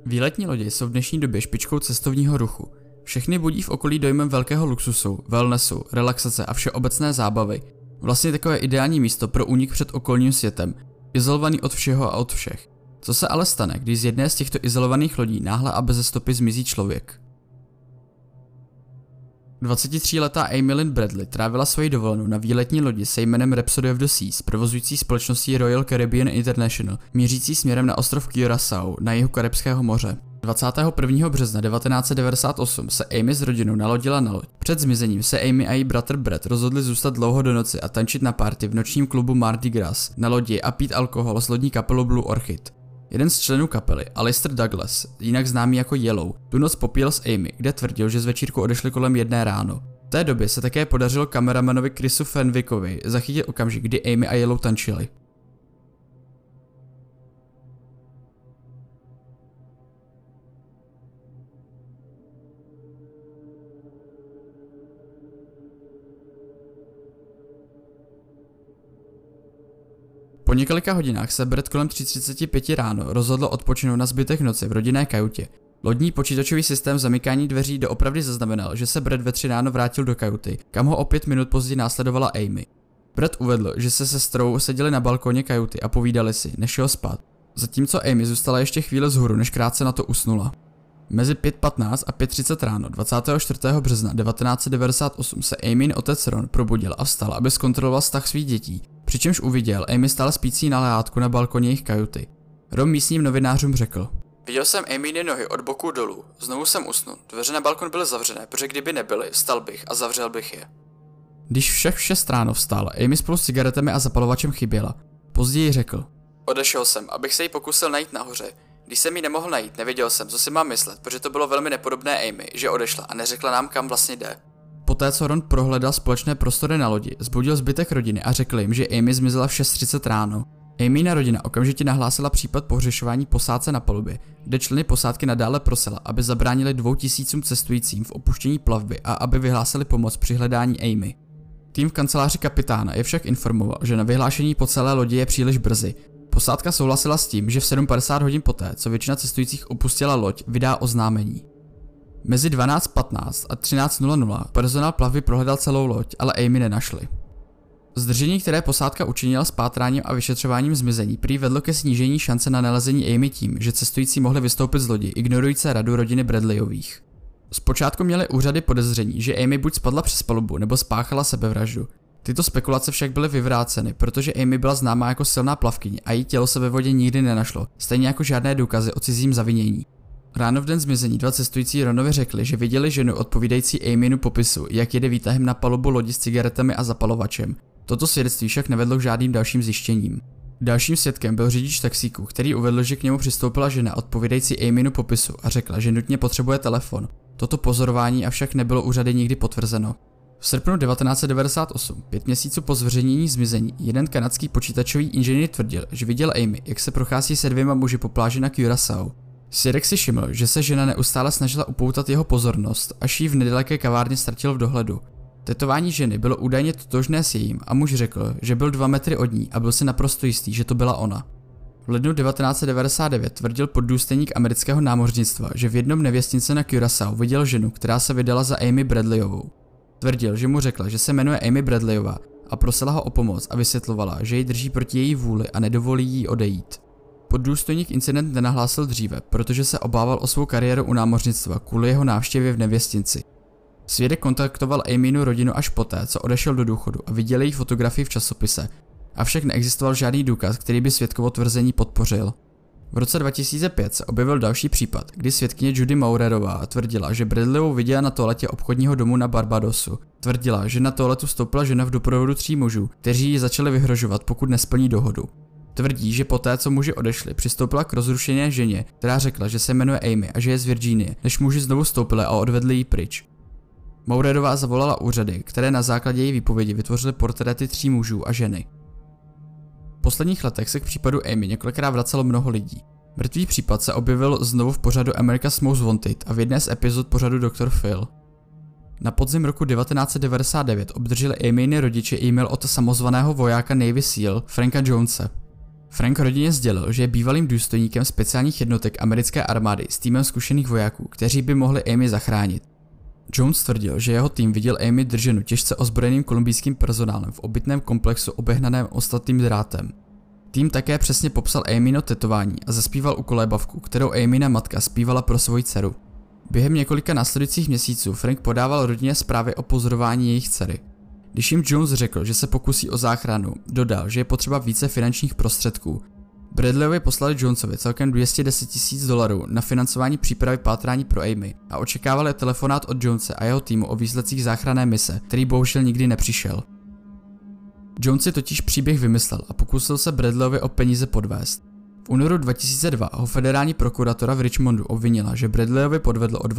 Výletní lodě jsou v dnešní době špičkou cestovního ruchu. Všechny budí v okolí dojmem velkého luxusu, wellnessu, relaxace a všeobecné zábavy. Vlastně takové ideální místo pro únik před okolním světem, izolovaný od všeho a od všech. Co se ale stane, když z jedné z těchto izolovaných lodí náhle a beze stopy zmizí člověk? 23letá Amy Lynn Bradley trávila svoji dovolenou na výletní lodi se jménem Rhapsody of the Seas, provozující společností Royal Caribbean International, mířící směrem na ostrov Curaçao na jihu Karibského moře. 21. března 1998 se Amy s rodinou nalodila na loď. Před zmizením se Amy a její bratr Brad rozhodli zůstat dlouho do noci a tančit na party v nočním klubu Mardi Gras na lodi a pít alkohol s lodní kapelou Blue Orchid. Jeden z členů kapely, Alistair Douglas, jinak známý jako Yellow, tu noc popíjel s Amy, kde tvrdil, že z večírku odešli kolem 1 ráno. V té době se také podařilo kameramanovi Chrisu Fenwickovi zachytit okamžik, kdy Amy a Yellow tančili. Po několika hodinách se Brad kolem 3:35 ráno rozhodl odpočinout na zbytek noci v rodinné kajutě. Lodní počítačový systém zamykání dveří doopravdy zaznamenal, že se Brad ve 3 ráno vrátil do kajuty, kam ho o 5 minut později následovala Amy. Brad uvedl, že se sestrou seděli na balkoně kajuty a povídali si, než šel spát, zatímco Amy zůstala ještě chvíli vzhůru, než krátce na to usnula. Mezi 5:15 a 5:30 ráno 24. března 1998 se Amyn otec Ron probudil a vstal, aby zkontroloval vztah svých dětí, přičemž uviděl Amy stále spící na lehátku na balkoně jejich kajuty. Ron místním novinářům řekl: Viděl jsem Amyny nohy od boku dolů, znovu jsem usnul, dveře na balkon byly zavřené, protože kdyby nebyly, vstal bych a zavřel bych je. Když všech v 6 ráno vstal, Amy spolu s cigaretami a zapalovačem chyběla. Později řekl: Odešel jsem, abych se jí pokusil najít nahoře. Když jsem ji nemohl najít, nevěděl jsem, co si mám myslet, protože to bylo velmi nepodobné Amy, že odešla a neřekla nám, kam vlastně jde. Poté, co Ron prohledal společné prostory na lodi, zbudil zbytek rodiny a řekl jim, že Amy zmizela v 6:30 ráno. Amyna rodina okamžitě nahlásila případ pohřešování posádce na palubě, kde členy posádky nadále prosila, aby zabránili 2000 cestujícím v opuštění plavby a aby vyhlásili pomoc při hledání Amy. Tým v kanceláři kapitána je však informoval, že na vyhlášení po celé lodi je příliš brzy. Posádka souhlasila s tím, že v 7:50 hodin poté, co většina cestujících opustila loď, vydá oznámení. Mezi 12:15 a 13:00 personál plavby prohledal celou loď, ale Amy nenašli. Zdržení, které posádka učinila spátráním a vyšetřováním zmizení, prý vedlo ke snížení šance na nalezení Amy tím, že cestující mohli vystoupit z lodi, ignorující radu rodiny Bradleyových. Zpočátku měly úřady podezření, že Amy buď spadla přes palubu nebo spáchala sebevraždu. Tyto spekulace však byly vyvráceny, protože Amy byla známá jako silná plavkyně a její tělo se ve vodě nikdy nenašlo, stejně jako žádné důkazy o cizím zavinění. Ráno v den zmizení 2 cestující Ronovi řekli, že viděli ženu odpovídající Amynu popisu, jak jede výtahem na palubu lodi s cigaretami a zapalovačem. Toto svědectví však nevedlo k žádným dalším zjištěním. Dalším svědkem byl řidič taxíku, který uvedl, že k němu přistoupila žena odpovídající Amynu popisu a řekla, že nutně potřebuje telefon. Toto pozorování avšak nebylo úřady nikdy potvrzeno. V srpnu 1998, 5 měsíců po zveřejnění zmizení, jeden kanadský počítačový inženýr tvrdil, že viděl Amy, jak se prochází se 2 muži po pláži na Curaçao. Svědek si všiml, že se žena neustále snažila upoutat jeho pozornost, až ji v nedaleké kavárně ztratil v dohledu. Tetování ženy bylo údajně totožné s jejím a muž řekl, že byl 2 metry od ní a byl si naprosto jistý, že to byla ona. V lednu 1999 tvrdil poddůstojník amerického námořnictva, že v jednom nevěstince na Curaçao viděl ženu, která se vydala za Amy Bradleyovou. Tvrdil, že mu řekla, že se jmenuje Amy Bradleyová a prosila ho o pomoc a vysvětlovala, že ji drží proti její vůli a nedovolí jí odejít. Poddůstojník incident nenahlásil dříve, protože se obával o svou kariéru u námořnictva kvůli jeho návštěvě v nevěstinci. Svědek kontaktoval Amynu rodinu až poté, co odešel do důchodu a viděl její fotografii v časopise, avšak neexistoval žádný důkaz, který by svědkovo tvrzení podpořil. V roce 2005 se objevil další případ, kdy svědkyně Judy Maurerová tvrdila, že Bradleyovou viděla na toaletě obchodního domu na Barbadosu. Tvrdila, že na toaletu vstoupila žena v doprovodu 3 mužů, kteří ji začali vyhrožovat, pokud nesplní dohodu. Tvrdí, že poté, co muži odešli, přistoupila k rozrušené ženě, která řekla, že se jmenuje Amy a že je z Virginie, než muži znovu vstoupili a odvedli ji pryč. Maurerová zavolala úřady, které na základě její výpovědi vytvořily portréty 3 mužů a ženy. V posledních letech se k případu Amy několikrát vracelo mnoho lidí. Mrtvý případ se objevil znovu v pořadu America's Most Wanted a v jedné z epizod pořadu Dr. Phil. Na podzim roku 1999 obdrželi Amyny rodiče e-mail od samozvaného vojáka Navy SEAL Franka Jonese. Frank rodině sdělil, že je bývalým důstojníkem speciálních jednotek americké armády s týmem zkušených vojáků, kteří by mohli Amy zachránit. Jones tvrdil, že jeho tým viděl Amy drženu těžce ozbrojeným kolumbijským personálem v obytném komplexu obehnaném ostatním drátem. Tým také přesně popsal Amyno tetování a zaspíval u kolébavku, kterou Amyna matka zpívala pro svoji dceru. Během několika následujících měsíců Frank podával rodině zprávy o pozorování jejich dcery. Když jim Jones řekl, že se pokusí o záchranu, dodal, že je potřeba více finančních prostředků. Bradleyovi poslali Jonesovi celkem $210,000 na financování přípravy pátrání pro Amy a očekávali telefonát od Jonese a jeho týmu o výsledcích záchranné mise, který bohužel nikdy nepřišel. Jones si totiž příběh vymyslel a pokusil se Bradleyovi o peníze podvést. V únoru 2002 ho federální prokuratura v Richmondu obvinila, že Bradleyovi podvedl o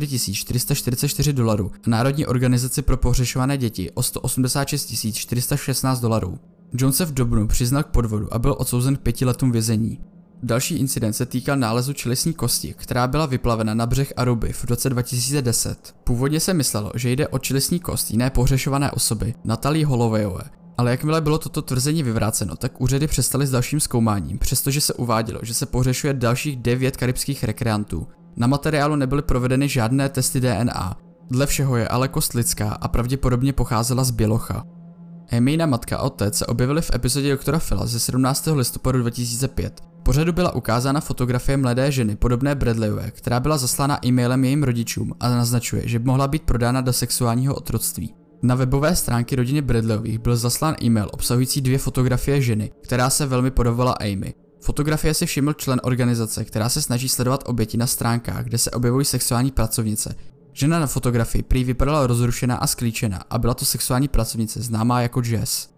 $24 444 a Národní organizaci pro pohřešované děti o $186 416. Jones se v dubnu přiznal k podvodu a byl odsouzen k 5 letům vězení. Další incident se týkal nálezu čelistní kosti, která byla vyplavena na břeh Aruby v roce 2010. Původně se myslelo, že jde o čelistní kost jiné pohřešované osoby, Natalie Hollowayové, ale jakmile bylo toto tvrzení vyvráceno, tak úřady přestaly s dalším zkoumáním, přestože se uvádělo, že se pohřešuje dalších 9 karibských rekreantů. Na materiálu nebyly provedeny žádné testy DNA. Dle všeho je ale kost lidská a pravděpodobně pocházela z bělocha. Amyna matka a otec se objevili v epizodě doktora Phila ze 17. listopadu 2005. V pořadu byla ukázána fotografie mladé ženy podobné Bradleyové, která byla zaslána e-mailem jejím rodičům a naznačuje, že by mohla být prodána do sexuálního otroctví. Na webové stránky rodiny Bradleyových byl zaslán e-mail obsahující 2 fotografie ženy, která se velmi podobala Amy. Fotografie si všiml člen organizace, která se snaží sledovat oběti na stránkách, kde se objevují sexuální pracovnice. Žena na fotografii prý vypadala rozrušená a sklíčená a byla to sexuální pracovnice známá jako Jess.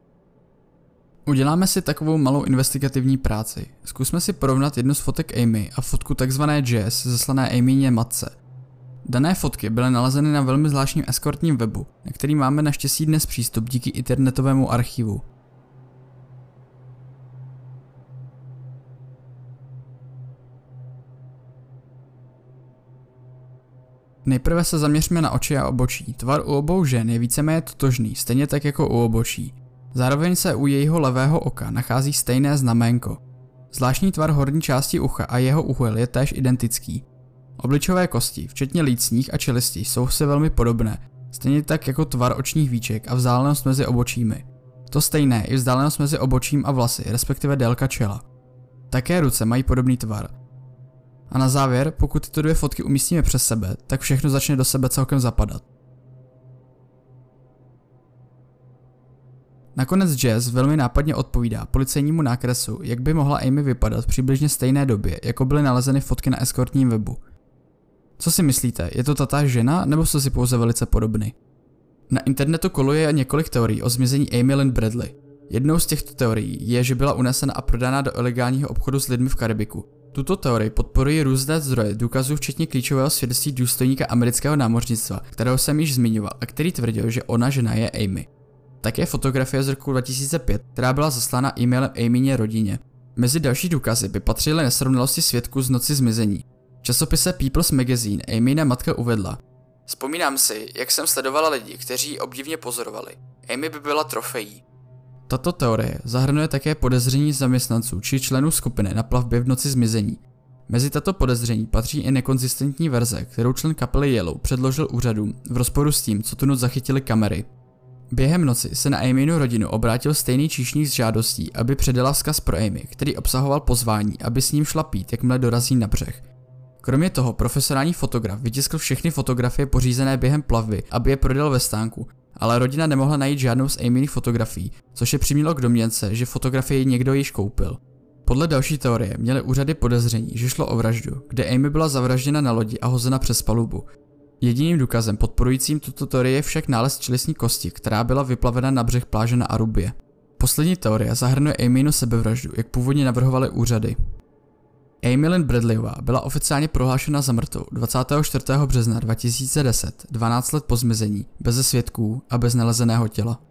Uděláme si takovou malou investigativní práci. Zkusme si porovnat jednu z fotek Amy a fotku takzvané Jess zaslané Amyně matce. Dané fotky byly nalezeny na velmi zvláštním eskortním webu, na který máme naštěstí dnes přístup díky internetovému archivu. Nejprve se zaměřme na oči a obočí. Tvar u obou žen je víceméně totožný, stejně tak jako u obočí. Zároveň se u jejího levého oka nachází stejné znaménko. Zvláštní tvar horní části ucha a jeho úhel je též identický. Obličové kosti, včetně lícních a čelisti, jsou si velmi podobné, stejně tak jako tvar očních víček a vzdálenost mezi obočími. To stejné i vzdálenost mezi obočím a vlasy, respektive délka čela. Také ruce mají podobný tvar. A na závěr, pokud tyto 2 fotky umístíme přes sebe, tak všechno začne do sebe celkem zapadat. Nakonec Jess velmi nápadně odpovídá policejnímu nákresu, jak by mohla Amy vypadat v přibližně stejné době, jako byly nalezeny fotky na eskortním webu. Co si myslíte, je to tatáž žena, nebo jsou si pouze velice podobny? Na internetu koluje několik teorií o zmizení Amy Lynn Bradley. Jednou z těchto teorií je, že byla unesena a prodána do ilegálního obchodu s lidmi v Karibiku. Tuto teorii podporují různé zdroje důkazů včetně klíčového svědectví důstojníka amerického námořnictva, kterého jsem již zmiňoval a který tvrdil, že ona žena je Amy. Také fotografie z roku 2005, která byla zaslána e-mailem Amyně rodině. Mezi další důkazy by patřily nesrovnalosti svědků z noci zmizení. V časopise People's Magazine Amyna matka uvedla: Vzpomínám si, jak jsem sledovala lidi, kteří ji obdivně pozorovali. Amy by byla trofejí. Tato teorie zahrnuje také podezření zaměstnanců či členů skupiny na plavbě v noci zmizení. Mezi tato podezření patří i nekonzistentní verze, kterou člen kapely Yellow předložil úřadům v rozporu s tím, co tu noc zachytily kamery. Během noci se na Amynu rodinu obrátil stejný číšník s žádostí, aby předala vzkaz pro Amy, který obsahoval pozvání, aby s ním šla pít, jakmile dorazí na břeh. Kromě toho profesionální fotograf vytiskl všechny fotografie pořízené během plavby, aby je prodal ve stánku, ale rodina nemohla najít žádnou z Amyných fotografií, což je přimělo k domněnce, že fotografii někdo již koupil. Podle další teorie měly úřady podezření, že šlo o vraždu, kde Amy byla zavražděna na lodi a hozena přes palubu. Jediným důkazem podporujícím tuto teorii je však nález čelistní kosti, která byla vyplavena na břeh pláže na Arubě. Poslední teorie zahrnuje Amynu sebevraždu, jak původně navrhovaly úřady. Amy Lynn Bradleyová byla oficiálně prohlášena za mrtvou 24. března 2010, 12 let po zmizení, beze svědků a bez nalezeného těla.